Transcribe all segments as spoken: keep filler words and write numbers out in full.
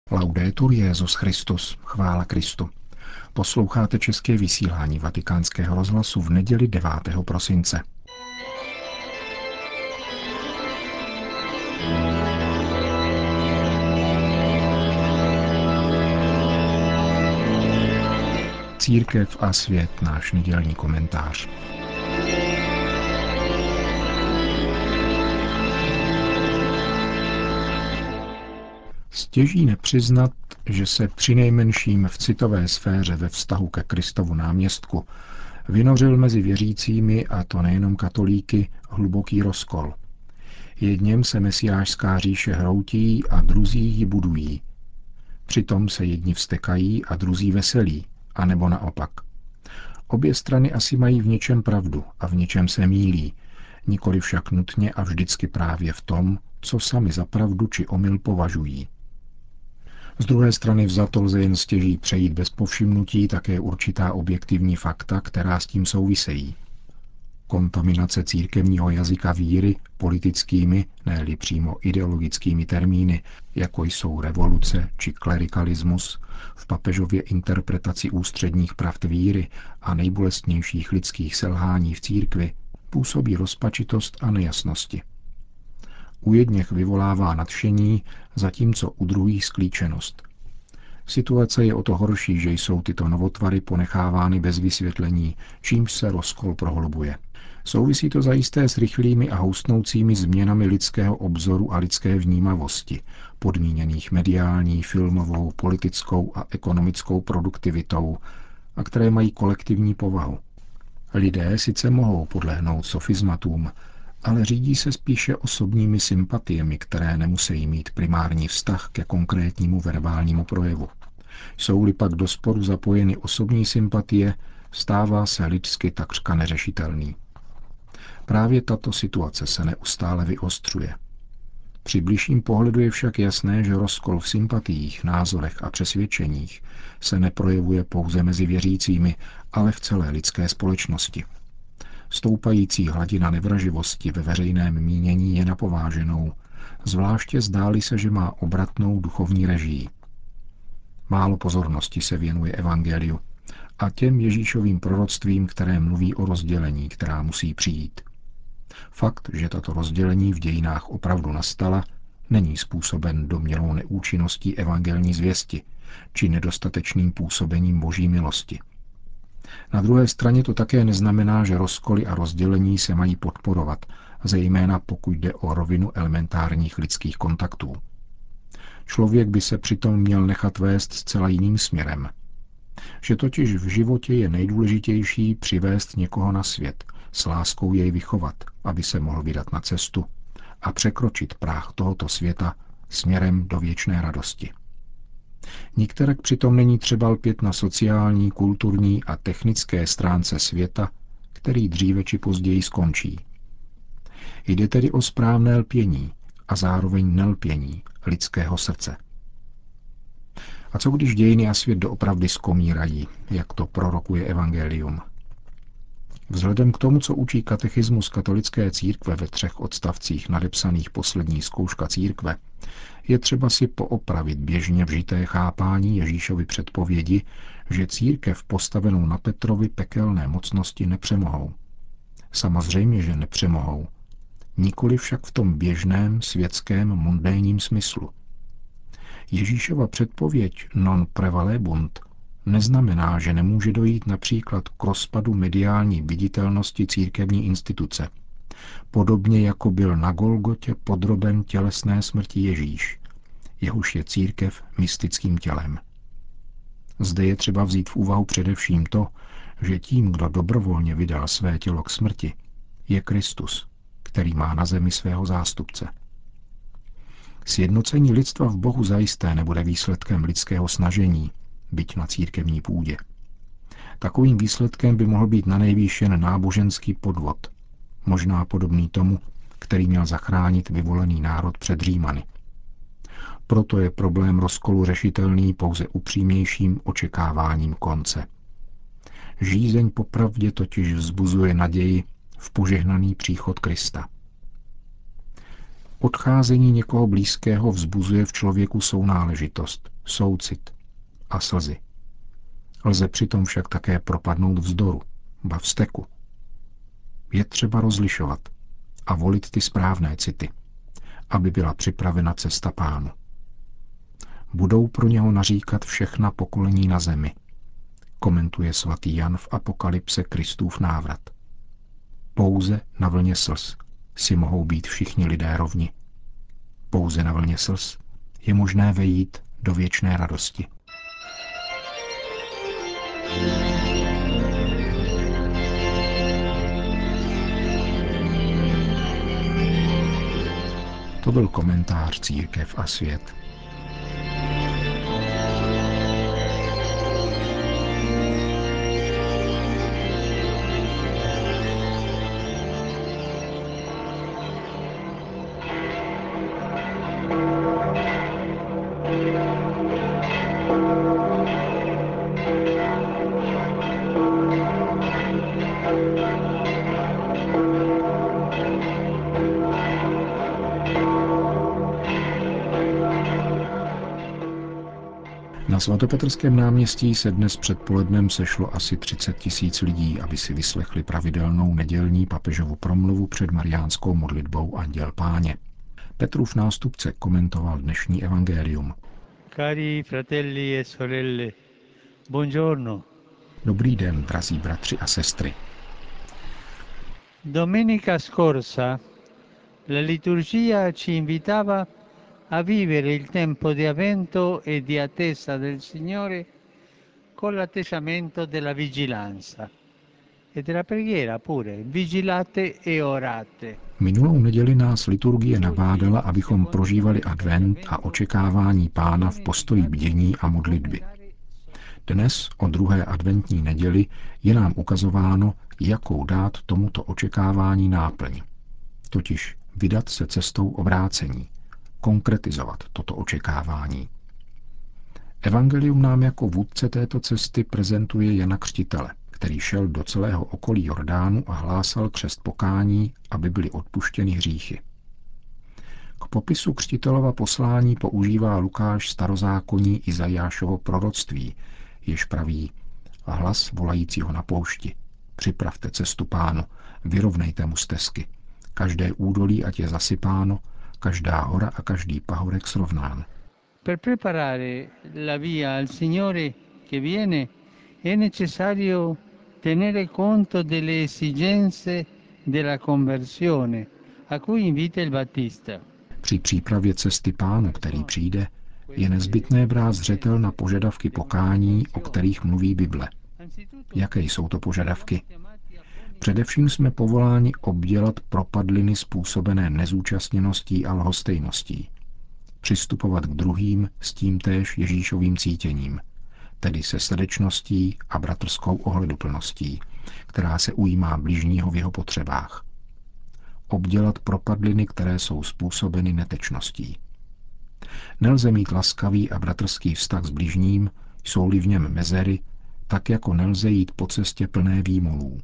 Laudetur Jesus Christus, chvála Kristu. Posloucháte české vysílání Vatikánského rozhlasu v neděli devátého prosince. Církev a svět, náš nedělní komentář. Stěží nepřiznat, že se přinejmenším v citové sféře ve vztahu ke Kristovu náměstku vynořil mezi věřícími, a to nejenom katolíky, hluboký rozkol. Jedněm se mesiášská říše hroutí a druzí ji budují. Přitom se jedni vztekají a druzí veselí, anebo naopak. Obě strany asi mají v něčem pravdu a v něčem se mýlí, nikoli však nutně a vždycky právě v tom, co sami za pravdu či omyl považují. Z druhé strany vzato lze jen stěží přejít bez povšimnutí také určitá objektivní fakta, která s tím souvisejí. Kontaminace církevního jazyka víry politickými, ne-li přímo ideologickými termíny, jako jsou revoluce či klerikalismus, v papežově interpretaci ústředních pravd víry a nejbolestnějších lidských selhání v církvi, působí rozpačitost a nejasnosti. U jedněch vyvolává nadšení, zatímco u druhých sklíčenost. Situace je o to horší, že jsou tyto novotvary ponechávány bez vysvětlení, čímž se rozkol prohlubuje. Souvisí to zajisté s rychlými a houstnoucími změnami lidského obzoru a lidské vnímavosti, podmíněných mediální, filmovou, politickou a ekonomickou produktivitou, a které mají kolektivní povahu. Lidé sice mohou podlehnout sofismatům, ale řídí se spíše osobními sympatiemi, které nemusí mít primární vztah ke konkrétnímu verbálnímu projevu. Jsou-li pak do sporu zapojeny osobní sympatie, stává se lidsky takřka neřešitelný. Právě tato situace se neustále vyostřuje. Při bližším pohledu je však jasné, že rozkol v sympatiích, názorech a přesvědčeních se neprojevuje pouze mezi věřícími, ale v celé lidské společnosti. Stoupající hladina nevraživosti ve veřejném mínění je napováženou, zvláště zdáli se, že má obratnou duchovní režii. Málo pozornosti se věnuje evangeliu a těm Ježíšovým proroctvím, které mluví o rozdělení, která musí přijít. Fakt, že tato rozdělení v dějinách opravdu nastala, není způsoben domnělou neúčinností evangelní zvěsti či nedostatečným působením boží milosti. Na druhé straně to také neznamená, že rozkoly a rozdělení se mají podporovat, zejména pokud jde o rovinu elementárních lidských kontaktů. Člověk by se přitom měl nechat vést zcela jiným směrem. Že totiž v životě je nejdůležitější přivést někoho na svět, s láskou jej vychovat, aby se mohl vydat na cestu a překročit práh tohoto světa směrem do věčné radosti. Nikterak přitom není třeba lpět na sociální, kulturní a technické stránce světa, který dříve či později skončí. Jde tedy o správné lpění a zároveň nelpění lidského srdce. A co když dějiny a svět doopravdy skomírají, jak to prorokuje evangelium? Vzhledem k tomu, co učí katechismus katolické církve ve třech odstavcích nadepsaných Poslední zkouška církve, je třeba si poopravit běžně vžité chápání Ježíšovy předpovědi, že církev postavenou na Petrovi pekelné mocnosti nepřemohou. Samozřejmě, že nepřemohou. Nikoli však v tom běžném, světském, mundénním smyslu. Ježíšova předpověď non prevalebunt neznamená, že nemůže dojít například k rozpadu mediální viditelnosti církevní instituce, podobně jako byl na Golgotě podroben tělesné smrti Ježíš, jehož je církev mystickým tělem. Zde je třeba vzít v úvahu především to, že tím, kdo dobrovolně vydal své tělo k smrti, je Kristus, který má na zemi svého zástupce. Sjednocení lidstva v Bohu zajisté nebude výsledkem lidského snažení, byť na církevní půdě. Takovým výsledkem by mohl být nanejvýš jen náboženský podvod, možná podobný tomu, který měl zachránit vyvolený národ před Římany. Proto je problém rozkolu řešitelný pouze upřímnějším očekáváním konce. Žízeň po pravdě totiž vzbuzuje naději v požehnaný příchod Krista. Odcházení někoho blízkého vzbuzuje v člověku sounáležitost, soucit a slzy. Lze přitom však také propadnout vzdoru, ba vzteku. Je třeba rozlišovat a volit ty správné city, aby byla připravena cesta Pánu. Budou pro něho naříkat všechna pokolení na zemi, komentuje svatý Jan v Apokalypse Kristův návrat. Pouze na vlně slz si mohou být všichni lidé rovni. Pouze na vlně slz je možné vejít do věčné radosti. To byl komentář Církev a svět. Na svatopetrském náměstí se dnes předpolednem sešlo asi třicet tisíc lidí, aby si vyslechli pravidelnou nedělní papežovu promluvu před mariánskou modlitbou Anděl Páně. Petrův nástupce komentoval dnešní evangelium. Cari fratelli e sorelle, buongiorno. Dobrý den, drazí bratři a sestry. Domenica scorsa la liturgia ci invitava a vivere il tempo di avvento e di attesa del Signore con l'atteggiamento della vigilanza e della preghiera pure. Vigilate e orate. Minulou neděli nás liturgie nabádala, abychom prožívali advent a očekávání Pána v postoji bdění a modlitby. Dnes, o druhé adventní neděli, je nám ukazováno, jakou dát tomuto očekávání náplň. Totiž vydat se cestou obrácení, konkretizovat toto očekávání. Evangelium nám jako vůdce této cesty prezentuje Jana Křtitele, který šel do celého okolí Jordánu a hlásal křest pokání, aby byly odpuštěny hříchy. K popisu Křtitelova poslání používá Lukáš starozákonní Izajášovo proroctví, jež praví: hlas volajícího na poušti, připravte cestu Pánu, vyrovnejte mu stezky, každé údolí ať je zasypáno, každá hora a každý pahorek srovnán. Per preparare la via al Signore che viene è necessario tenere conto delle esigenze della conversione a cui invita il Battista. Při přípravě cesty Pánu, který přijde, je nezbytné brát zřetel na požadavky pokání, o kterých mluví Bible. Jaké jsou to požadavky? Především jsme povoláni obdělat propadliny způsobené nezúčastněností a lhostejností. Přistupovat k druhým s tímtéž Ježíšovým cítěním, tedy se srdečností a bratrskou ohleduplností, která se ujímá bližního v jeho potřebách. Obdělat propadliny, které jsou způsobeny netečností. Nelze mít laskavý a bratrský vztah s bližním, jsou-li v něm mezery, tak jako nelze jít po cestě plné výmolů.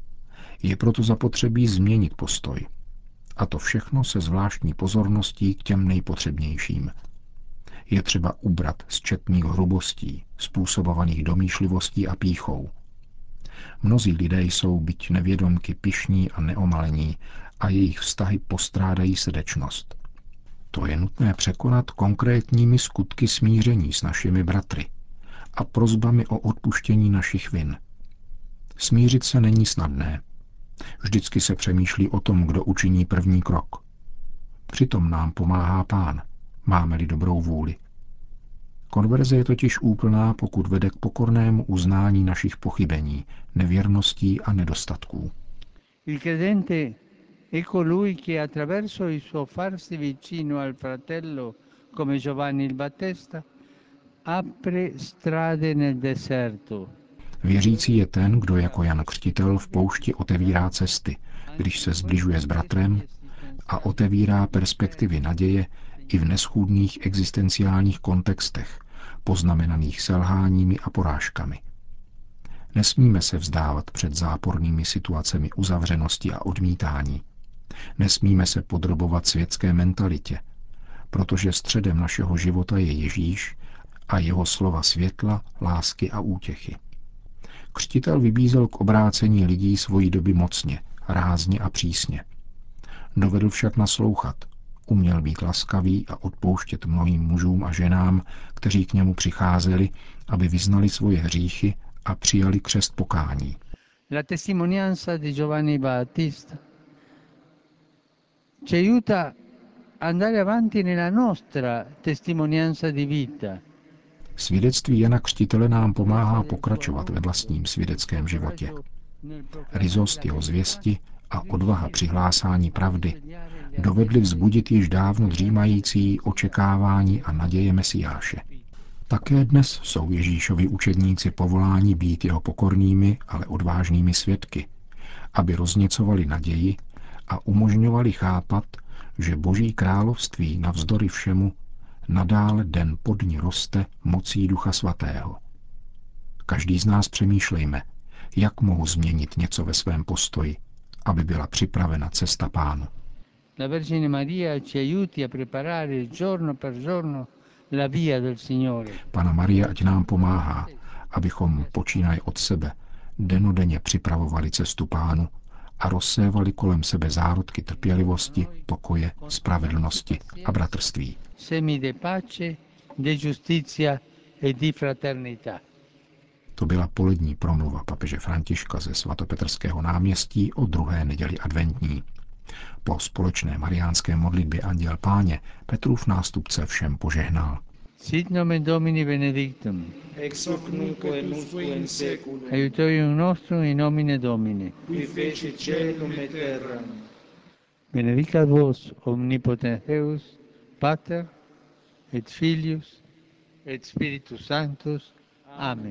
Je proto zapotřebí změnit postoj. A to všechno se zvláštní pozorností k těm nejpotřebnějším. Je třeba ubrat z četných hrubostí, způsobovaných domýšlivostí a pýchou. Mnozí lidé jsou byť nevědomky pyšní a neomalení a jejich vztahy postrádají srdečnost. To je nutné překonat konkrétními skutky smíření s našimi bratry a prosbami o odpuštění našich vin. Smířit se není snadné. Vždycky se přemýšlí o tom, kdo učiní první krok. Přitom nám pomáhá Pán, máme-li dobrou vůli. Konverze je totiž úplná, pokud vede k pokornému uznání našich pochybení, nevěrností a nedostatků. Il credente è colui che attraverso il suo farsi vicino al fratello come Giovanni il Battista apre strade nel deserto. Věřící je ten, kdo jako Jan Křtitel v poušti otevírá cesty, když se sbližuje s bratrem a otevírá perspektivy naděje i v neschůdných existenciálních kontextech, poznamenaných selháními a porážkami. Nesmíme se vzdávat před zápornými situacemi uzavřenosti a odmítání. Nesmíme se podrobovat světské mentalitě, protože středem našeho života je Ježíš a jeho slova světla, lásky a útěchy. Křtitel vybízel k obrácení lidí svojí doby mocně, rázně a přísně. Dovedl však naslouchat, uměl být laskavý a odpouštět mnohým mužům a ženám, kteří k němu přicházeli, aby vyznali svoje hříchy a přijali křest pokání. La testimonianza di Giovanni Battista ci aiuta ad andare avanti nella nostra testimonianza di vita. Svědectví Jana Křtitele nám pomáhá pokračovat ve vlastním svědeckém životě. Ryzost jeho zvěsti a odvaha při hlásání pravdy dovedly vzbudit již dávno dřímající očekávání a naděje Mesiáše. Také dnes jsou Ježíšovi učedníci povoláni být jeho pokornými, ale odvážnými svědky, aby rozněcovali naději a umožňovali chápat, že Boží království navzdory všemu nadále den po dni roste mocí Ducha Svatého. Každý z nás přemýšlejme, jak mohu změnit něco ve svém postoji, aby byla připravena cesta Pánu. La Vergine Maria ci aiuti a preparare giorno per giorno la via del Signore. Panna Maria ať nám pomáhá, abychom počínaje od sebe denodenně připravovali cestu Pánu a rozsévali kolem sebe zárodky trpělivosti, pokoje, spravedlnosti a bratrství. Semi de pace, de giustizia e di fraternità. To byla polední promluva papeže Františka ze svatopetrského náměstí o druhé neděli adventní. Po společné mariánské modlitbě Anděl Páně Petrův nástupce všem požehnal. Sit nomen Domini benedictum. Ex hoc nunc et usque in seculum. Aiutorium nostrum in nomine Domini. Qui feci caelum et terram. Benedicat vos omnipotens Deus, Pater et Filius et Spiritus Sanctus. Amen.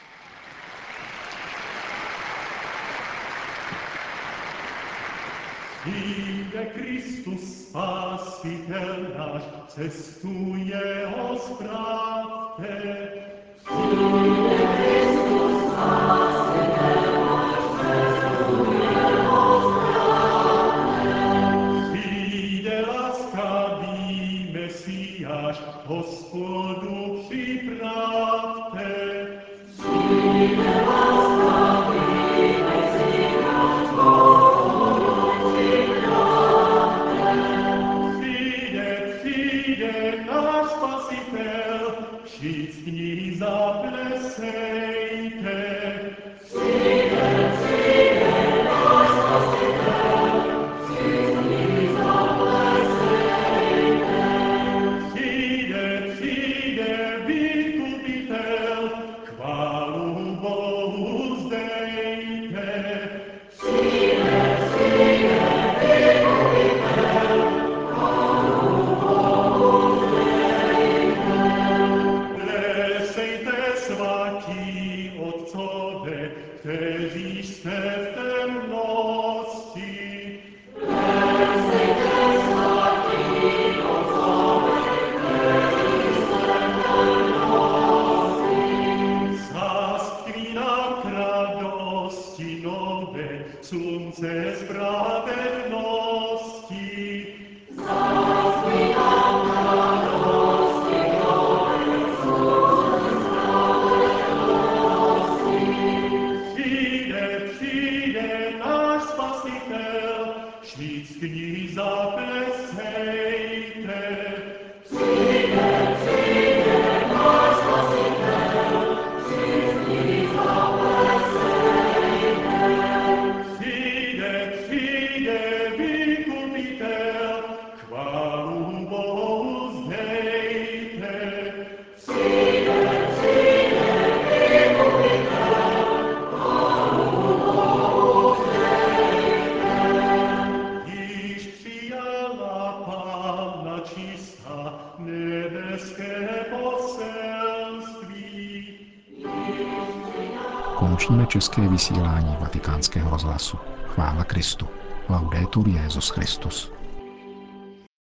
Ide Christus Spasitel náš, cestuje ho spravte. Ide Christus Spasitel náš, cestuje ho spravte. Přijde laskavý Mesiáš, Hospodu připravte. Přijde laskavý Mesiáš, Hospodu všichni zaplesejte. Přijde, přijde náš Spasitel, všichni zaplesejte. Přijde, přijde vykupitel, chválu Bohu vzdejte. Přijde, přijde vykupitel, chválu Bohu vzdejte. Svatí otcové, kteří jste v temnosti. Blesejte svatí otcové, kteří jste v temnosti. Zaskví nám k radosti nové, slunce spravedlnosti. Zaskví nám k radosti nové, slunce Přijde, přijde náš Spasitel, všichni zaplesejte. Přijde, přijde náš Spasitel, všichni zaplesejte. Přijde, přijde vykupitel, chválu Bohu vzdejte. Přijde, přijde vykupitel, Již přijala Panna čistá nebeské poselství. Končíme české vysílání Vatikánského rozhlasu. Chvála Kristu. Laudetur Jesus Christus.